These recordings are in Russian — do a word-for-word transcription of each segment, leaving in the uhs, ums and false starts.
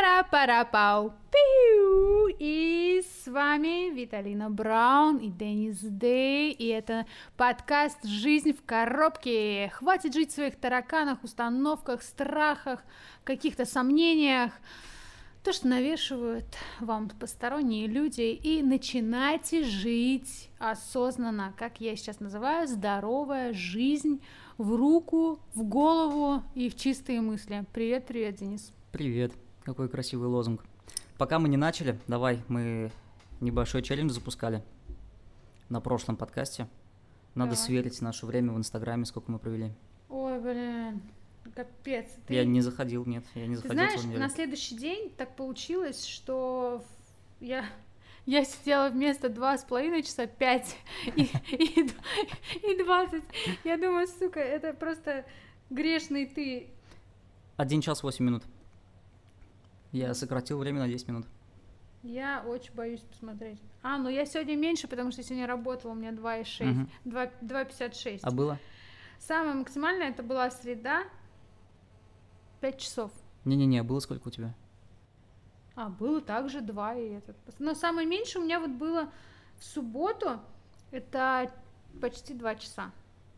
Пара-пара-пау. Пиу. И с вами Виталина Браун и Денис Дэй. И это подкаст «Жизнь в коробке». Хватит жить в своих тараканах, установках, страхах, каких-то сомнениях. То, что навешивают вам посторонние люди. И начинайте жить осознанно, как я сейчас называю, здоровая жизнь в руку, в голову и в чистые мысли. Привет-привет, Денис. Привет. Какой красивый лозунг. Пока мы не начали, давай, мы небольшой челлендж запускали на прошлом подкасте. Надо Давай. сверить наше время в Инстаграме, сколько мы провели. Ой, блин, капец. Ты... Я не заходил, нет, я не Ты заходил. знаешь, на следующий день так получилось, что я, я сидела вместо два с половиной часа пять и, и, и двадцать. Я думаю, сука, это просто грешный ты. Один час восемь минут. Я сократил время на десять минут. Я очень боюсь посмотреть. А, ну я сегодня меньше, потому что сегодня работала, у меня два и шесть, Угу. два пятьдесят шесть. А было? Самое максимальное это была среда, пять часов. Не-не-не, было сколько у тебя? А, было также два и этот. Но самое меньшее у меня вот было в субботу, это почти два часа.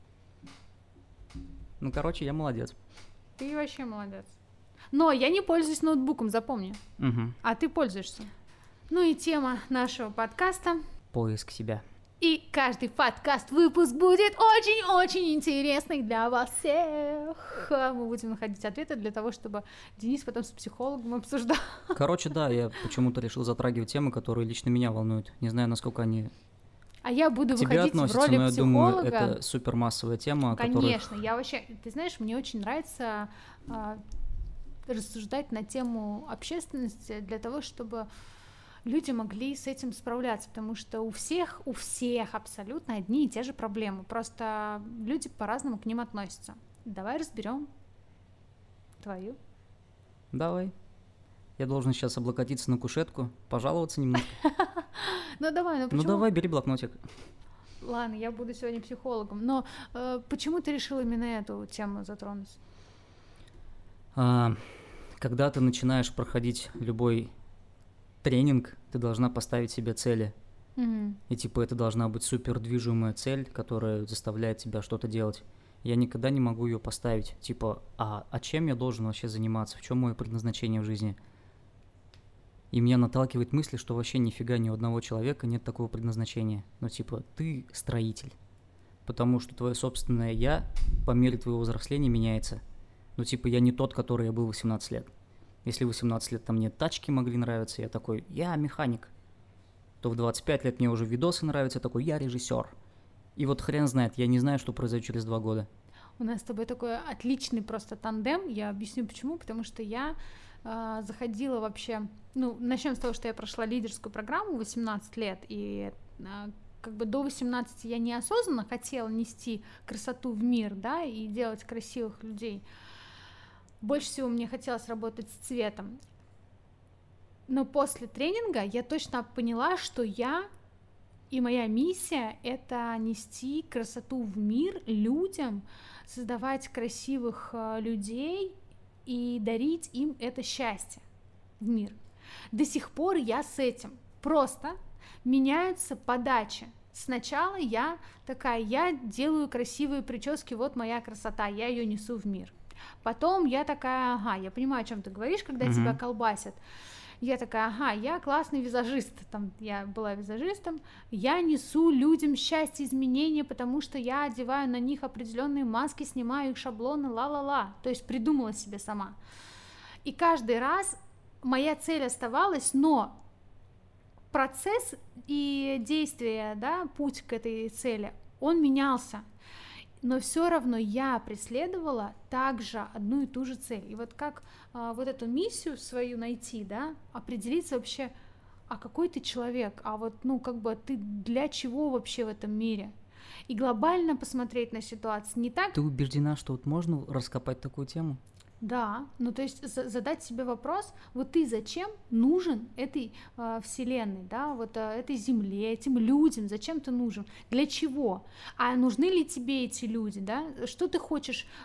Ну, короче, я молодец. Ты вообще молодец. Но я не пользуюсь ноутбуком, запомни. Угу. А ты пользуешься. Ну и тема нашего подкаста. Поиск себя. И каждый подкаст-выпуск будет очень-очень интересный для вас всех. Мы будем находить ответы для того, чтобы Денис потом с психологом обсуждал. Короче, да, я почему-то решил затрагивать темы, которые лично меня волнуют. Не знаю, насколько они А я буду к тебе выходить в относятся, роли но я психолога. думаю, это супермассовая тема. Конечно, которых... я вообще, ты знаешь, мне очень нравится а, рассуждать на тему общественности для того, чтобы люди могли с этим справляться, потому что у всех, у всех абсолютно одни и те же проблемы, просто люди по-разному к ним относятся. Давай разберем твою. Давай. Я должен сейчас облокотиться на кушетку, пожаловаться немножко. Ну давай, ну почему? Ну давай, бери блокнотик. Ладно, я буду сегодня психологом, но э, почему ты решил именно эту тему затронуть? А, когда ты начинаешь проходить любой тренинг, ты должна поставить себе цели. Угу. И типа это должна быть супер движимая цель, которая заставляет тебя что-то делать. Я никогда не могу ее поставить. Типа, а, а чем я должен вообще заниматься? В чем мое предназначение в жизни? И меня наталкивает мысль, что вообще нифига ни у одного человека нет такого предназначения. Ну типа, ты строитель. Потому что твое собственное «я» по мере твоего взросления меняется. Ну типа, я не тот, который я был в восемнадцать лет. Если в восемнадцать лет там мне тачки могли нравиться, я такой «я механик». То в двадцать пять лет мне уже видосы нравятся, я такой «я режиссер». И вот хрен знает, я не знаю, что произойдет через два года. У нас с тобой такой отличный просто тандем. Я объясню почему. Потому что я э, заходила вообще... Ну, начнем с того, что я прошла лидерскую программу в восемнадцать лет. И э, как бы до восемнадцати я неосознанно хотела нести красоту в мир, да, и делать красивых людей. Больше всего мне хотелось работать с цветом. Но после тренинга я точно поняла, что я... И моя миссия — это нести красоту в мир людям, создавать красивых людей и дарить им это счастье в мир. До сих пор я с этим. Просто меняются подачи. Сначала я такая, я делаю красивые прически, вот моя красота, я ее несу в мир. Потом я такая, ага, я понимаю, о чем ты говоришь, когда mm-hmm. тебя колбасят. Я такая, ага, я классный визажист, там, я была визажистом, я несу людям счастье, изменения, потому что я одеваю на них определенные маски, снимаю их шаблоны, ла-ла-ла, то есть придумала себе сама. И каждый раз моя цель оставалась, но процесс и действие, да, путь к этой цели, он менялся. Но все равно я преследовала также одну и ту же цель. И вот как а, вот эту миссию свою найти, да, определиться вообще, а какой ты человек, а вот, ну, как бы ты для чего вообще в этом мире? И глобально посмотреть на ситуацию, не так... Ты убеждена, что вот можно раскопать такую тему? Да, ну то есть за- задать себе вопрос, вот ты зачем нужен этой э, вселенной, да, вот э, этой земле, этим людям, зачем ты нужен, для чего, а нужны ли тебе эти люди, да, что ты хочешь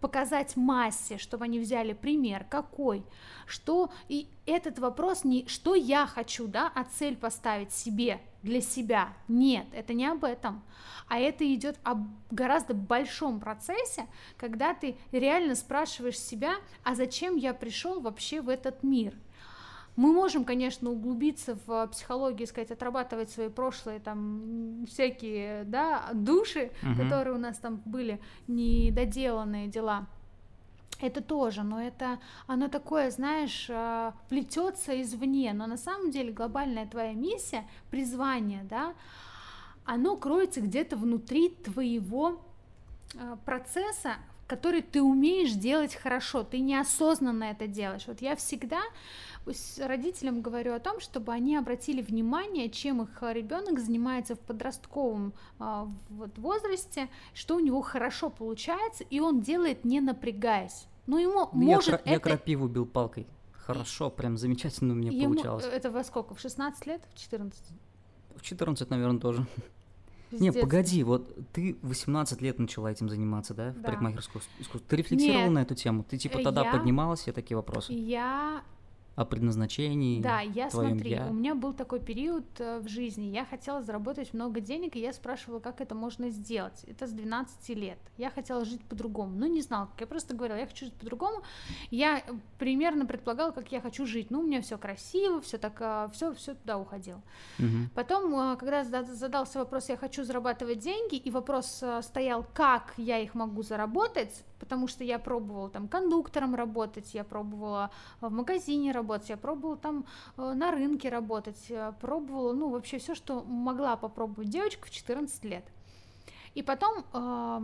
показать массе, чтобы они взяли пример, какой, что, и этот вопрос не что я хочу, да, а цель поставить себе, для себя, нет, это не об этом, а это идет о гораздо большом процессе, когда ты реально спрашиваешь себя, а зачем я пришел вообще в этот мир. Мы можем, конечно, углубиться в психологию, сказать, отрабатывать свои прошлые там всякие, да, души, угу. которые у нас там были, недоделанные дела. Это тоже, но это, оно такое, знаешь, плетется извне, но на самом деле глобальная твоя миссия, призвание, да, оно кроется где-то внутри твоего процесса, который ты умеешь делать хорошо, ты неосознанно это делаешь. Вот я всегда родителям говорю о том, чтобы они обратили внимание, чем их ребенок занимается в подростковом а, вот, возрасте, что у него хорошо получается, и он делает, не напрягаясь. Но ему я может кра- это... Я крапиву бил палкой. Хорошо, прям замечательно у меня ему... получалось. Это во сколько? В шестнадцать лет? В четырнадцать? В четырнадцать, наверное, тоже. Пиздец. Не, погоди, вот ты в восемнадцать лет начала этим заниматься, да, в да. парикмахерском искусстве. Ты рефлексировала Нет, на эту тему? Ты типа тогда я... поднимала себе такие вопросы? Я... О предназначении? Да, я смотри, я. у меня был такой период э, в жизни, я хотела заработать много денег, и я спрашивала, как это можно сделать. Это с двенадцати лет. Я хотела жить по-другому, ну не знала, как. Я просто говорила, я хочу жить по-другому. Я примерно предполагала, как я хочу жить. Ну, у меня все красиво, все так, э, все, все туда уходило. Угу. Потом, э, когда задался вопрос, я хочу зарабатывать деньги, и вопрос э, стоял, как я их могу заработать, потому что я пробовала там кондуктором работать, я пробовала в магазине работать, я пробовала там э, на рынке работать, пробовала, ну, вообще все, что могла попробовать девочка в четырнадцать лет. И потом э,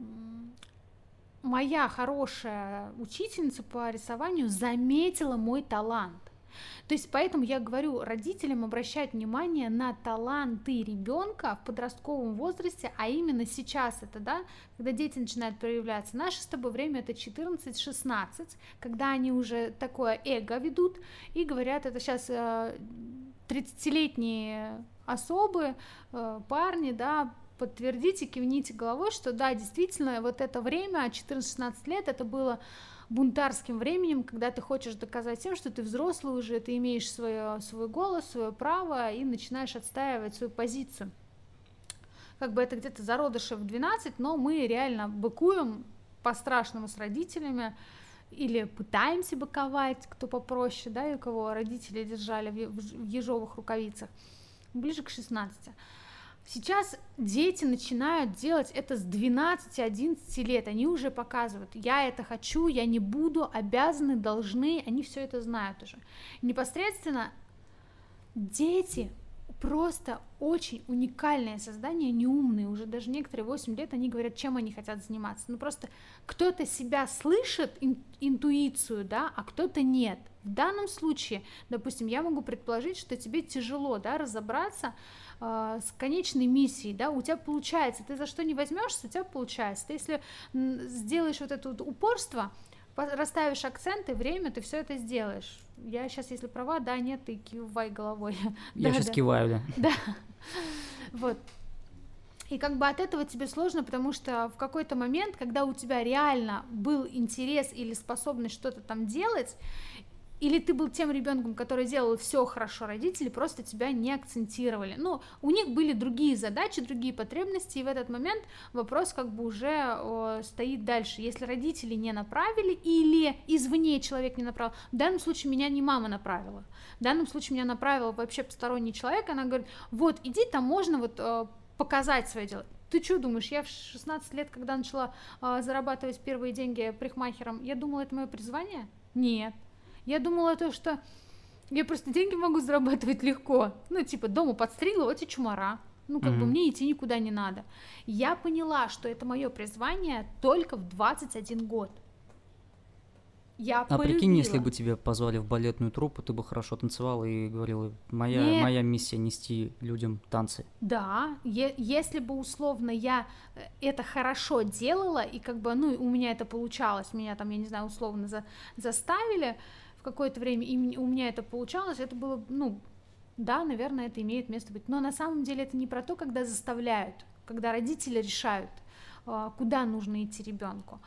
моя хорошая учительница по рисованию заметила мой талант. То есть поэтому я говорю родителям обращать внимание на таланты ребенка в подростковом возрасте, а именно сейчас это, да, когда дети начинают проявляться. Наше с тобой время это четырнадцать-шестнадцать, когда они уже такое эго ведут и говорят, это сейчас тридцатилетние особы, парни, да, подтвердите, кивните головой, что да, действительно, вот это время, четырнадцать-шестнадцать лет, это было бунтарским временем, когда ты хочешь доказать тем, что ты взрослый уже, ты имеешь свое, свой голос, свое право и начинаешь отстаивать свою позицию. Как бы это где-то зародыши в двенадцать, но мы реально быкуем по-страшному с родителями или пытаемся быковать, кто попроще, да, и у кого родители держали в ежовых рукавицах, ближе к шестнадцати. Сейчас дети начинают делать это с двенадцати-одиннадцати лет, они уже показывают, я это хочу, я не буду, обязаны, должны, они все это знают уже. Непосредственно дети просто очень уникальное создание, неумные, уже даже некоторые восемь лет, они говорят, чем они хотят заниматься. Ну просто кто-то себя слышит, ин, интуицию, да, а кто-то нет. В данном случае, допустим, я могу предположить, что тебе тяжело, да, разобраться э, с конечной миссией, да, у тебя получается, ты за что не возьмешься, у тебя получается. Ты если сделаешь вот это вот упорство, расставишь акценты, время, ты все это сделаешь. Я сейчас, если права, да, нет, ты кивай головой. Я да, сейчас да. киваю, да. Да, вот. И как бы от этого тебе сложно, потому что в какой-то момент, когда у тебя реально был интерес или способность что-то там делать, или ты был тем ребенком, который делал все хорошо, родители просто тебя не акцентировали. Ну, у них были другие задачи, другие потребности, и в этот момент вопрос как бы уже о, стоит дальше. Если родители не направили или извне человек не направил, в данном случае меня не мама направила, в данном случае меня направил вообще посторонний человек, она говорит, вот, иди, там можно вот о, показать свое дело. Ты что думаешь, я в шестнадцать лет, когда начала о, зарабатывать первые деньги парикмахером, я думала, это мое призвание? Нет. Я думала то, что я просто деньги могу зарабатывать легко. Ну, типа, дома подстригла, вот и чумара. Ну, как mm-hmm. бы мне идти никуда не надо. Я поняла, что это мое призвание только в двадцать один год. Я а полюбила. Прикинь, если бы тебя позвали в балетную труппу, ты бы хорошо танцевала и говорила, моя, моя миссия нести людям танцы. Да, е- если бы условно я это хорошо делала, и как бы, ну, у меня это получалось, меня там, я не знаю, условно за- заставили в какое-то время, и у меня это получалось, это было, ну, да, наверное, это имеет место быть. Но на самом деле это не про то, когда заставляют, когда родители решают, куда нужно идти ребенку.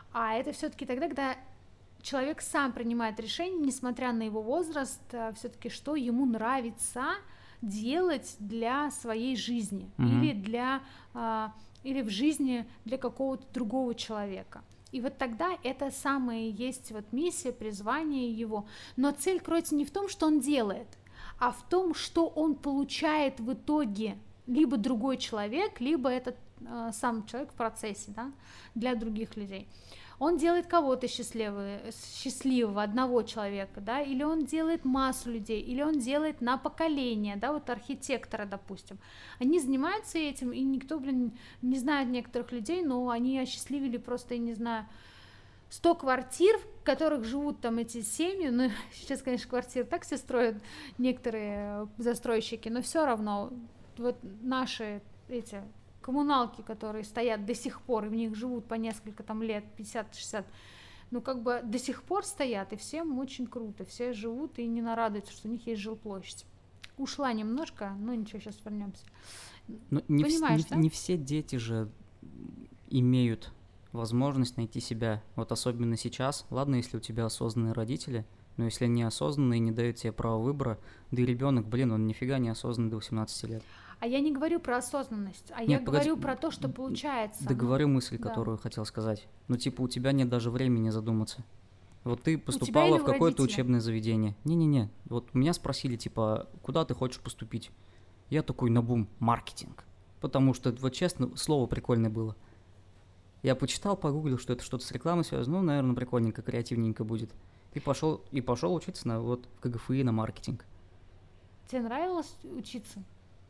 А это все-таки тогда, когда человек сам принимает решение, несмотря на его возраст, все-таки что ему нравится делать для своей жизни Мгм. или для а, или в жизни для какого-то другого человека. И вот тогда это самое и есть вот миссия, призвание его. Но цель кроется не в том, что он делает, а в том, что он получает в итоге либо другой человек, либо этот э, сам человек в процессе, да, для других людей. Он делает кого-то счастливого, счастливого, одного человека, да, или он делает массу людей, или он делает на поколение, да, вот архитектора, допустим. Они занимаются этим, и никто, блин, не знает некоторых людей, но они осчастливили просто, я не знаю, сто квартир, в которых живут там эти семьи, ну, сейчас, конечно, квартиры так все строят некоторые застройщики, но все равно вот наши эти коммуналки, которые стоят до сих пор, и в них живут по несколько там лет, пятьдесят-шестьдесят, ну как бы до сих пор стоят, и всем очень круто, все живут и не нарадуются, что у них есть жилплощадь. Ушла немножко, но ничего, сейчас вернемся. Ну, не, Понимаешь, вс- да? не, не все дети же имеют возможность найти себя, вот особенно сейчас. Ладно, если у тебя осознанные родители, но если они осознанные, не дают тебе права выбора, да и ребенок, блин, он нифига не осознанный до восемнадцати лет. А я не говорю про осознанность, а Нет, я погоди, говорю про то, что получается. Договорю мысль, да. которую хотел сказать. Ну, типа, у тебя нет даже времени задуматься. Вот ты тебя поступала или в у какое-то родителя? учебное заведение. Не-не-не, вот меня спросили, типа, куда ты хочешь поступить? Я такой, на бум, маркетинг. Потому что, вот честно, слово прикольное было. Я почитал, погуглил, что это что-то с рекламой связано, ну, наверное, прикольненько, креативненько будет. И пошел, и пошел учиться на, вот, в КГФИ на маркетинг. Тебе нравилось учиться?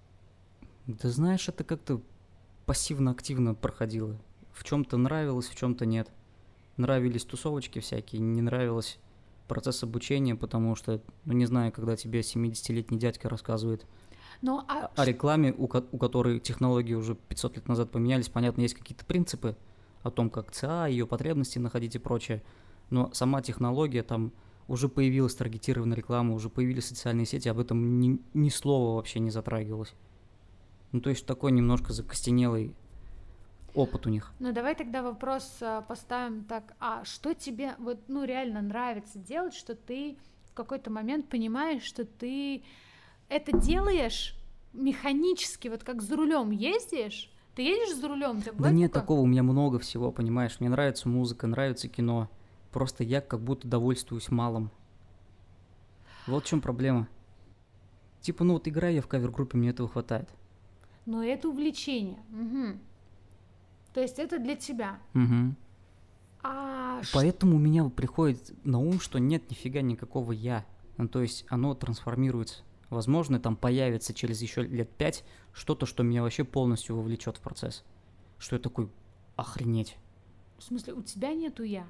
Да знаешь, это как-то пассивно-активно проходило. В чем-то нравилось, в чем-то нет. Нравились тусовочки всякие, не нравилось процесс обучения, потому что, ну не знаю, когда тебе семидесятилетний дядька рассказывает Но, а о рекламе, у, ко- у которой технологии уже пятьсот лет назад поменялись, понятно, есть какие-то принципы о том, как ЦА, ее потребности находить и прочее, но сама технология, там уже появилась таргетированная реклама, уже появились социальные сети, об этом ни, ни слова вообще не затрагивалось. Ну, то есть такой немножко закостенелый опыт у них. Ну, давай тогда вопрос а, поставим так, а что тебе вот, ну, реально нравится делать, что ты в какой-то момент понимаешь, что ты это делаешь механически, вот как за рулем ездишь, ты едешь за рулем, Да нет такого, у меня много всего, понимаешь, мне нравится музыка, нравится кино, просто я как будто довольствуюсь малым. Вот в чем проблема. Типа, ну вот играю я в кавер-группе, мне этого хватает. Но это увлечение, угу. То есть это для тебя. Угу. А ш- Поэтому у меня приходит на ум, что нет нифига никакого я. Ну, то есть оно трансформируется. Возможно, там появится через еще лет пять что-то, что меня вообще полностью вовлечет в процесс. Что я такой, охренеть. в смысле, у тебя нету я?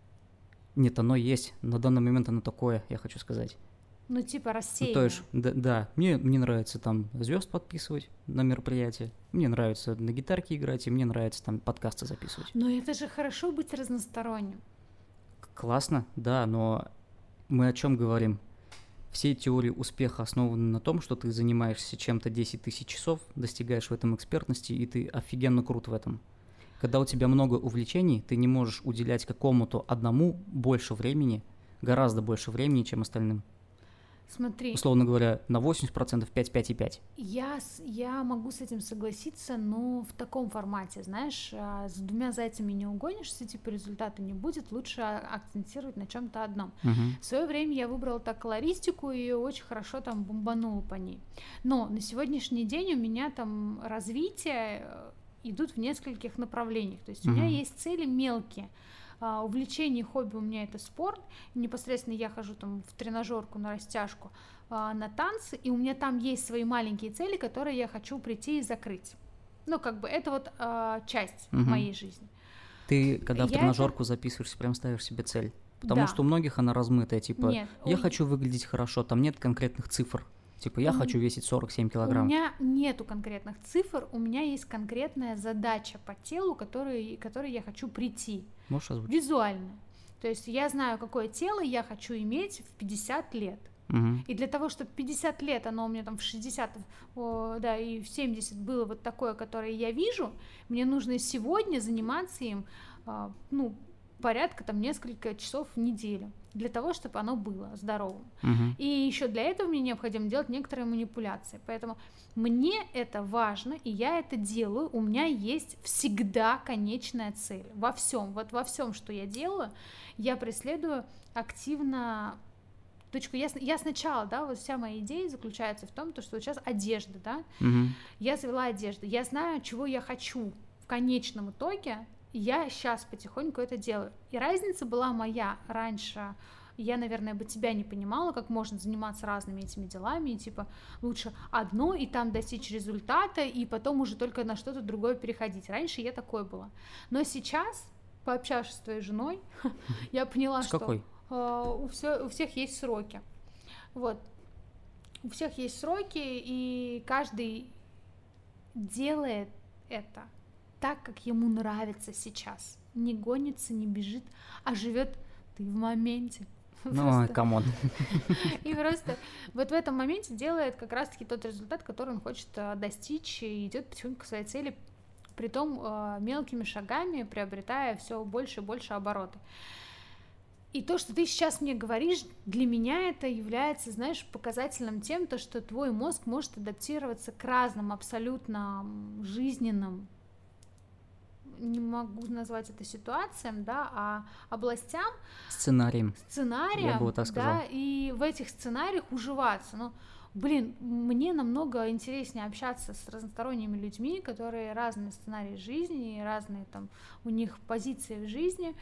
Нет, оно есть. На данный момент оно такое, я хочу сказать. Ну, типа Ну, рассеяние. то есть, да, да, мне, мне нравится там звезд подписывать на мероприятия, мне нравится на гитарке играть, и мне нравится там подкасты записывать. Но это же хорошо быть разносторонним. Классно, да, но мы о чем говорим? Все теории успеха основаны на том, что ты занимаешься чем-то десять тысяч часов, достигаешь в этом экспертности, и ты офигенно крут в этом. Когда у тебя много увлечений, ты не можешь уделять какому-то одному больше времени, гораздо больше времени, чем остальным. Смотри, Условно говоря, на восемьдесят процентов пять, пять и пять. я, с- я могу с этим согласиться, но в таком формате, знаешь, а, с двумя зайцами не угонишься, типа результата не будет, лучше а- акцентировать на чем-то одном. Мгм. В свое время я выбрала так колористику и очень хорошо там бомбанула по ней. Но на сегодняшний день у меня там развитие э, идут в нескольких направлениях. То есть у меня Мгм. есть цели мелкие. А, увлечение, хобби у меня это спорт. Непосредственно я хожу там в тренажерку на растяжку, а, на танцы, и у меня там есть свои маленькие цели, которые я хочу прийти и закрыть. Ну, как бы это вот а, часть Мгм. моей жизни. Ты, когда в Я тренажерку записываешься, прям ставишь себе цель. Потому Да. что у многих она размытая, типа, Нет, я ой. хочу выглядеть хорошо, там нет конкретных цифр. Типа, я У м- хочу весить сорок семь У килограмм. меня нету конкретных цифр, у меня есть конкретная задача по телу, которой, которой я хочу прийти. Можешь озвучить? Визуально. То есть я знаю, какое тело я хочу иметь в пятьдесят лет. Мгм. И для того, чтобы пятьдесят лет, оно у меня там в шестьдесят, о, да, и в семьдесят было вот такое, которое я вижу, мне нужно сегодня заниматься им, а, ну, порядка там несколько часов в неделю для того, чтобы оно было здоровым. Мгм. И еще для этого мне необходимо делать некоторые манипуляции. Поэтому мне это важно, и я это делаю. У меня есть всегда конечная цель во всем. Вот во всем, что я делаю, я преследую активно точку. Я, с- я сначала, да, вот вся моя идея заключается в том, то, что вот сейчас одежда, да, Мгм. я завела одежду, я знаю, чего я хочу в конечном итоге, и я сейчас потихоньку это делаю. И разница была моя раньше. Я, наверное, бы тебя не понимала, как можно заниматься разными этими делами, и типа лучше одно и там достичь результата, и потом уже только на что-то другое переходить. Раньше я такой была. Но сейчас, пообщавшись с твоей женой, я поняла, С что какой? э, у, всё- у всех есть сроки. Вот. У всех есть сроки, и каждый делает это так, как ему нравится сейчас. Не гонится, не бежит, а живет ты в моменте. Ну, Просто. камон. И просто вот в этом моменте делает как раз-таки тот результат, который он хочет э, достичь, и идет потихоньку к своей цели, притом э, мелкими шагами, приобретая все больше и больше обороты. И то, что ты сейчас мне говоришь, для меня это является, знаешь, показательным тем, то, что твой мозг может адаптироваться к разным абсолютно м, жизненным, не могу назвать это ситуациям, да, а областям, Сценарием. сценариям, Я бы вот так сказал. да, и в этих сценариях уживаться. Ну, блин, мне намного интереснее общаться с разносторонними людьми, которые разные сценарии жизни, разные там у них позиции в жизни,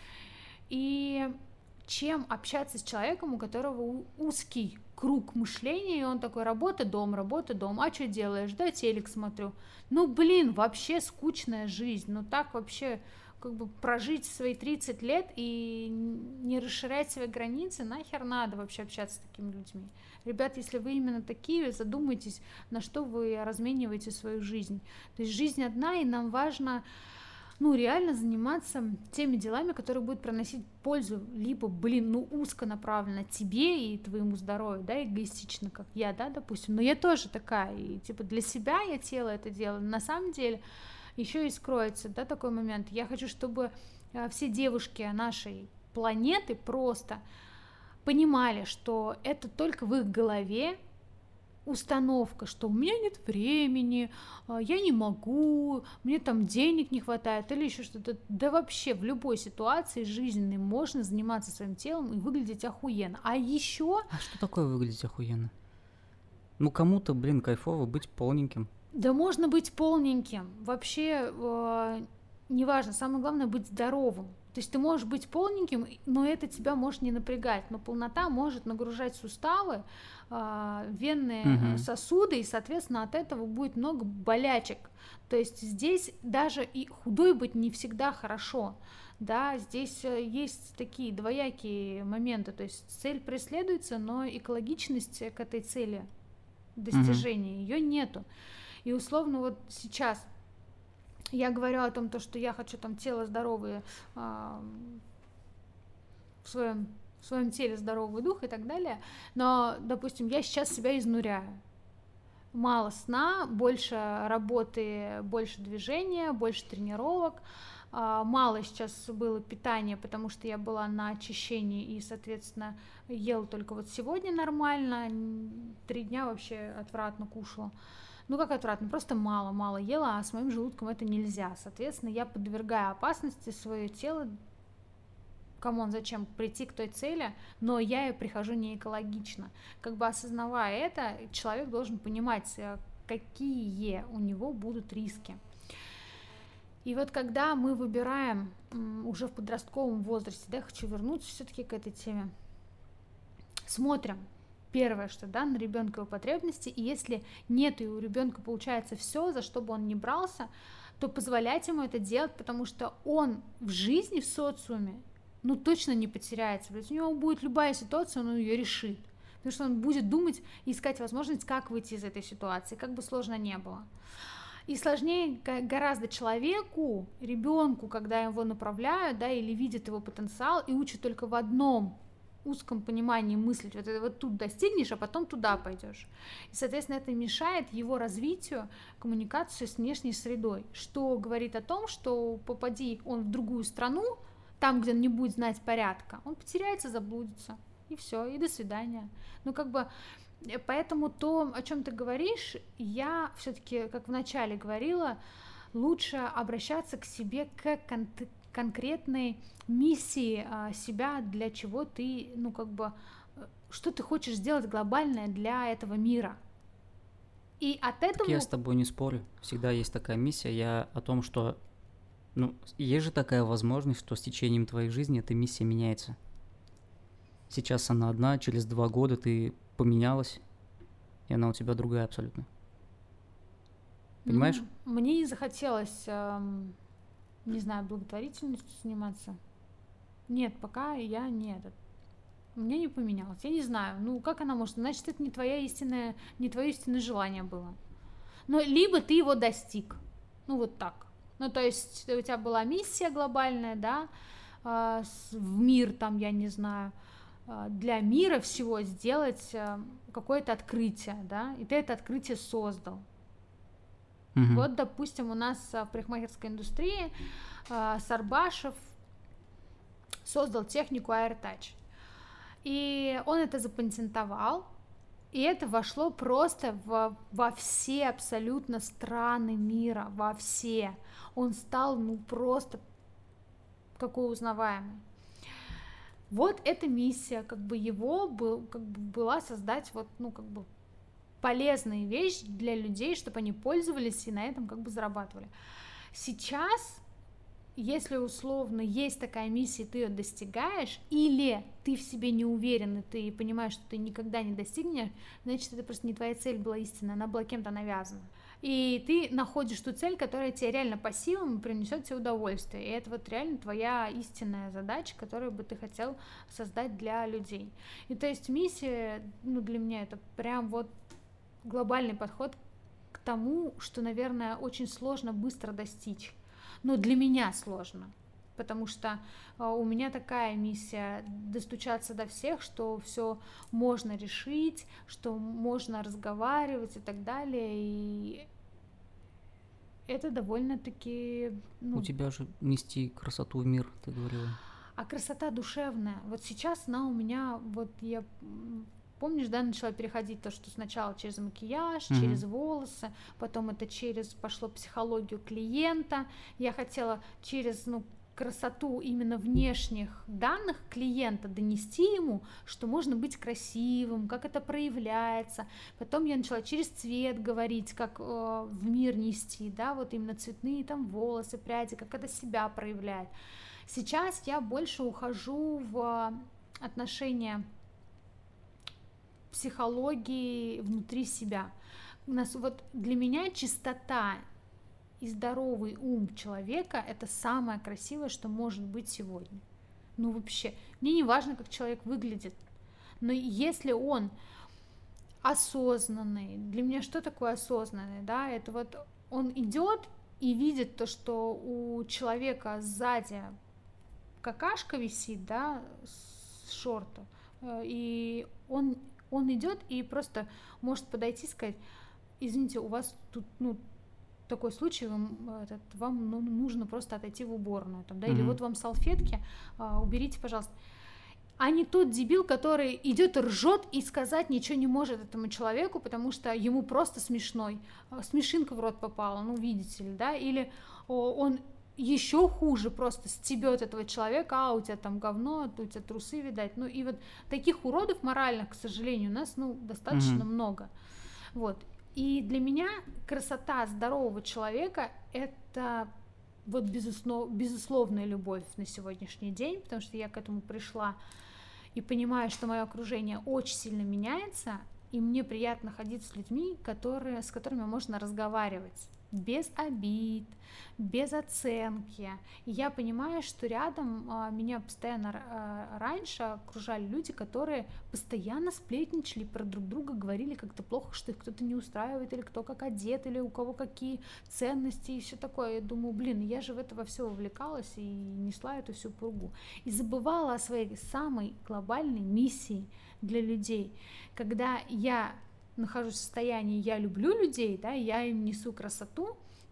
и чем общаться с человеком, у которого у- узкий круг мышления, и он такой: работа, дом, работа, дом, а что делаешь? Да, телек смотрю. Ну, блин, вообще скучная жизнь, ну так вообще как бы прожить свои тридцать лет и не расширять свои границы, нахер надо вообще общаться с такими людьми. Ребят, если вы именно такие, задумайтесь, на что вы размениваете свою жизнь. То есть жизнь одна, и нам важно, ну, реально заниматься теми делами, которые будут приносить пользу, либо, блин, ну, узконаправленно тебе и твоему здоровью, да, эгоистично, как я, да, допустим, но я тоже такая, и, типа, для себя я тело это делаю, на самом деле, еще и скроется, да, такой момент, я хочу, чтобы э, все девушки нашей планеты просто понимали, что это только в их голове установка, что у меня нет времени, а, я не могу, мне там денег не хватает или еще что-то. Да вообще в любой ситуации жизненной можно заниматься своим телом и выглядеть охуенно. А еще, А что такое выглядеть охуенно? Ну, кому-то, блин, кайфово быть полненьким. да можно быть полненьким, вообще э, неважно, самое главное быть здоровым. То есть ты можешь быть полненьким, но это тебя может не напрягать, но полнота может нагружать суставы, а, венные Мгм. сосуды, и, соответственно, от этого будет много болячек. То есть здесь даже и худой быть не всегда хорошо, да, здесь э, есть такие двоякие моменты, то есть цель преследуется, но экологичность к этой цели достижения, ее нету. И условно вот сейчас я говорю о том, то, что я хочу там тело здоровое, а, в своем в своем теле здоровый дух и так далее, но, допустим, я сейчас себя изнуряю. Мало сна, больше работы, больше движения, больше тренировок, а, мало сейчас было питания, потому что я была на очищении и, соответственно, ела только вот сегодня нормально, н- три дня вообще отвратно кушала. Ну как отвратно, просто мало-мало ела, а с моим желудком это нельзя. Соответственно, я подвергаю опасности свое тело. Камон, зачем прийти к той цели, но я и прихожу не экологично. Как бы осознавая это, человек должен понимать, э, какие у него будут риски. И вот когда мы выбираем м, уже в подростковом возрасте, да, хочу вернуться все-таки к этой теме, смотрим, первое, что, да, на ребенка его потребности, и если нет и у ребенка получается все, за что бы он ни брался, то позволять ему это делать, потому что он в жизни, в социуме, ну, точно не потеряется, блядь. У него будет любая ситуация, он ее решит, потому что он будет думать и искать возможность, как выйти из этой ситуации, как бы сложно ни было. И сложнее гораздо человеку, ребенку, когда его направляют, да, или видят его потенциал и учат только в одном узком понимании мыслить, вот это вот тут достигнешь, а потом туда пойдешь. И, соответственно, это мешает его развитию, коммуникации с внешней средой, что говорит о том, что попади он в другую страну, там, где он не будет знать порядка, он потеряется, заблудится, и все, и до свидания. Ну, как бы, поэтому то, о чем ты говоришь, я все-таки, как вначале говорила, лучше обращаться к себе, к кон- конкретной миссии а, себя, для чего ты, ну, как бы, что ты хочешь сделать глобальное для этого мира. И от этого... Так я с тобой не спорю, всегда есть такая миссия, я о том, что, ну, есть же такая возможность, что с течением твоей жизни эта миссия меняется. Сейчас она одна, через два года ты поменялась, и она у тебя другая абсолютно. Понимаешь? Ну, мне не захотелось, эм, не знаю, благотворительностью заниматься. Нет, пока я не этот. Мне не поменялось. Я не знаю, ну как она может? Значит, это не твоя истинная, не твое истинное желание было. Но либо ты его достиг. Ну вот так. Ну то есть у тебя была миссия глобальная, да, э, в мир там, я не знаю, э, для мира всего сделать э, какое-то открытие, да, и ты это открытие создал. Угу. Вот, допустим, у нас в парикмахерской индустрии э, Сарбашев создал технику AirTouch. И он это запатентовал, и это вошло просто во, во все абсолютно страны мира, во все. Он стал, ну, просто какой узнаваемый. Вот эта миссия, как бы его был, как бы была создать вот, ну, как бы полезная вещь для людей, чтобы они пользовались и на этом как бы зарабатывали. Сейчас, если условно есть такая миссия, ты ее достигаешь, или ты в себе не уверен, и ты понимаешь, что ты никогда не достигнешь, значит, это просто не твоя цель была истинная, она была кем-то навязана. И ты находишь ту цель, которая тебе реально по силам и принесет тебе удовольствие. И это вот реально твоя истинная задача, которую бы ты хотел создать для людей. И то есть миссия, ну, для меня это прям вот глобальный подход к тому, что, наверное, очень сложно быстро достичь. Но для меня сложно, потому что э, у меня такая миссия — достучаться до всех, что все можно решить, что можно разговаривать и так далее. И это довольно-таки... Ну, у тебя же нести красоту в мир, ты говорила. А красота душевная. Вот сейчас она у меня, вот я... Помнишь, да, начала переходить то, что сначала через макияж, mm-hmm. через волосы, потом это через пошло психологию клиента. Я хотела через, ну, красоту именно внешних данных клиента донести ему, что можно быть красивым, как это проявляется. Потом я начала через цвет говорить, как э, в мир нести, да, вот именно цветные там волосы, пряди, как это себя проявляет. Сейчас я больше ухожу в отношения психологии внутри себя. У нас вот для меня чистота и здоровый ум человека — это самое красивое, что может быть сегодня. Ну вообще, мне не важно, как человек выглядит, но если он осознанный, для меня что такое осознанный, да, это вот он идет и видит то, что у человека сзади какашка висит, да, с шорта, и он Он идет и просто может подойти и сказать: извините, у вас тут, ну, такой случай, вам, этот, вам ну, нужно просто отойти в уборную, там, да, mm-hmm. или вот вам салфетки, а, уберите, пожалуйста. А не тот дебил, который идет и ржет и сказать ничего не может этому человеку, потому что ему просто смешной, смешинка в рот попала, ну, видите ли, да, или о, он еще хуже просто стебет этого человека: а у тебя там говно, у тебя трусы, видать. Ну и вот таких уродов моральных, к сожалению, у нас, ну, достаточно mm-hmm. много. Вот. И для меня красота здорового человека — это вот безуслов, безусловная любовь на сегодняшний день, потому что я к этому пришла и понимаю, что мое окружение очень сильно меняется, и мне приятно находиться с людьми, которые, с которыми можно разговаривать без обид, без оценки. И я понимаю, что рядом а, меня постоянно а, раньше окружали люди, которые постоянно сплетничали про друг друга, говорили как-то плохо, что их кто-то не устраивает, или кто как одет, или у кого какие ценности и все такое. Я думаю, блин, я же в это во все увлекалась и несла эту всю пургу. И забывала о своей самой глобальной миссии для людей. Когда я нахожусь в состоянии, я люблю людей, да, я им несу красоту,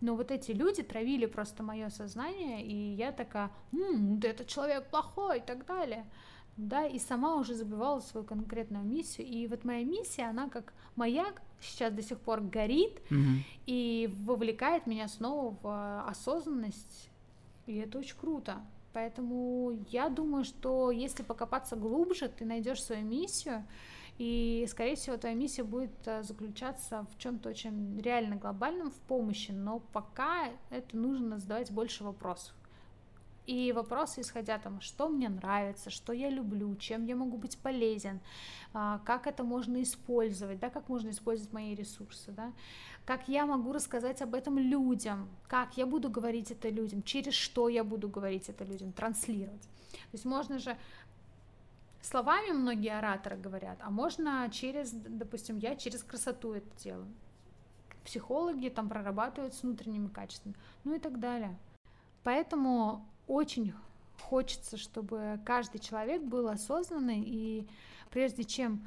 Но вот эти люди травили просто мое сознание, и я такая, м-м, да этот человек плохой и так далее. Да, и сама уже забивала свою конкретную миссию. И вот моя миссия, она как маяк сейчас до сих пор горит Мгм. и вовлекает меня снова в осознанность, и это очень круто. Поэтому я думаю, что если покопаться глубже, ты найдешь свою миссию, и, скорее всего, твоя миссия будет э, заключаться в чем-то очень реально глобальном, в помощи, но пока это нужно задавать больше вопросов. И вопросы исходя там, что мне нравится, что я люблю, чем я могу быть полезен, а, как это можно использовать, да, как можно использовать мои ресурсы, да, как я могу рассказать об этом людям, как я буду говорить это людям, через что я буду говорить это людям, транслировать. То есть можно же словами многие ораторы говорят, а можно через, допустим, я через красоту это делаю. Психологи там прорабатывают с внутренними качествами, ну и так далее. Поэтому очень хочется, чтобы каждый человек был осознанный, и прежде чем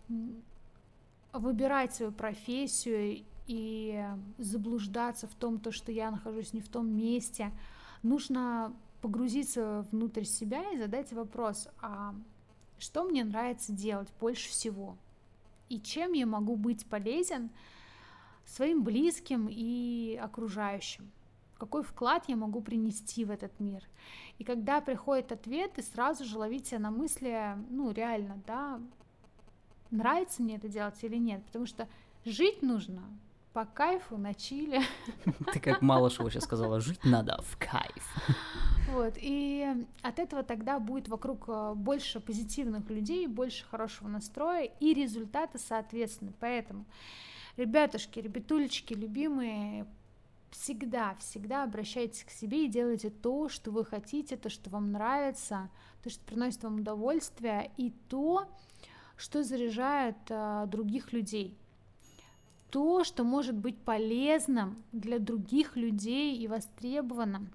выбирать свою профессию и заблуждаться в том, то, что я нахожусь не в том месте, нужно погрузиться внутрь себя и задать вопрос, а что мне нравится делать больше всего? И чем я могу быть полезен своим близким и окружающим? Какой вклад я могу принести в этот мир? И когда приходит ответ, ты сразу же ловить себя на мысли, ну, реально, да, нравится мне это делать или нет, потому что жить нужно по кайфу, на чиле. Ты как Малышева сейчас сказала, жить надо в кайф. Вот, и от этого тогда будет вокруг больше позитивных людей, больше хорошего настроя и результаты соответственно. Поэтому, ребятушки, ребятулечки, любимые, всегда, всегда обращайтесь к себе и делайте то, что вы хотите, то, что вам нравится, то, что приносит вам удовольствие, и то, что заряжает а, других людей. То, что может быть полезным для других людей и востребованным.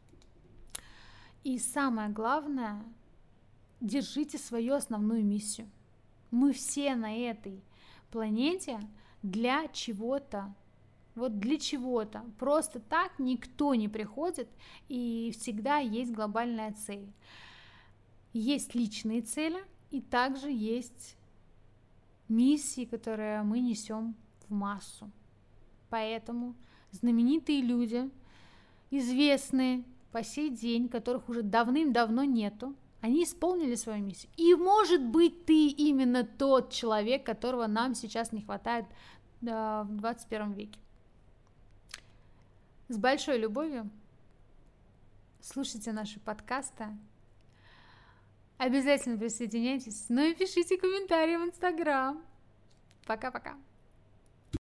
И самое главное, держите свою основную миссию. Мы все на этой планете для чего-то. Вот для чего-то. Просто так никто не приходит, и всегда есть глобальная цель. Есть личные цели, и также есть миссии, которые мы несем в массу. Поэтому знаменитые люди, известные по сей день, которых уже давным-давно нету, они исполнили свою миссию. И, может быть, ты именно тот человек, которого нам сейчас не хватает в двадцать первом веке. С большой любовью слушайте наши подкасты. Обязательно присоединяйтесь. Ну и пишите комментарии в Инстаграм. Пока-пока.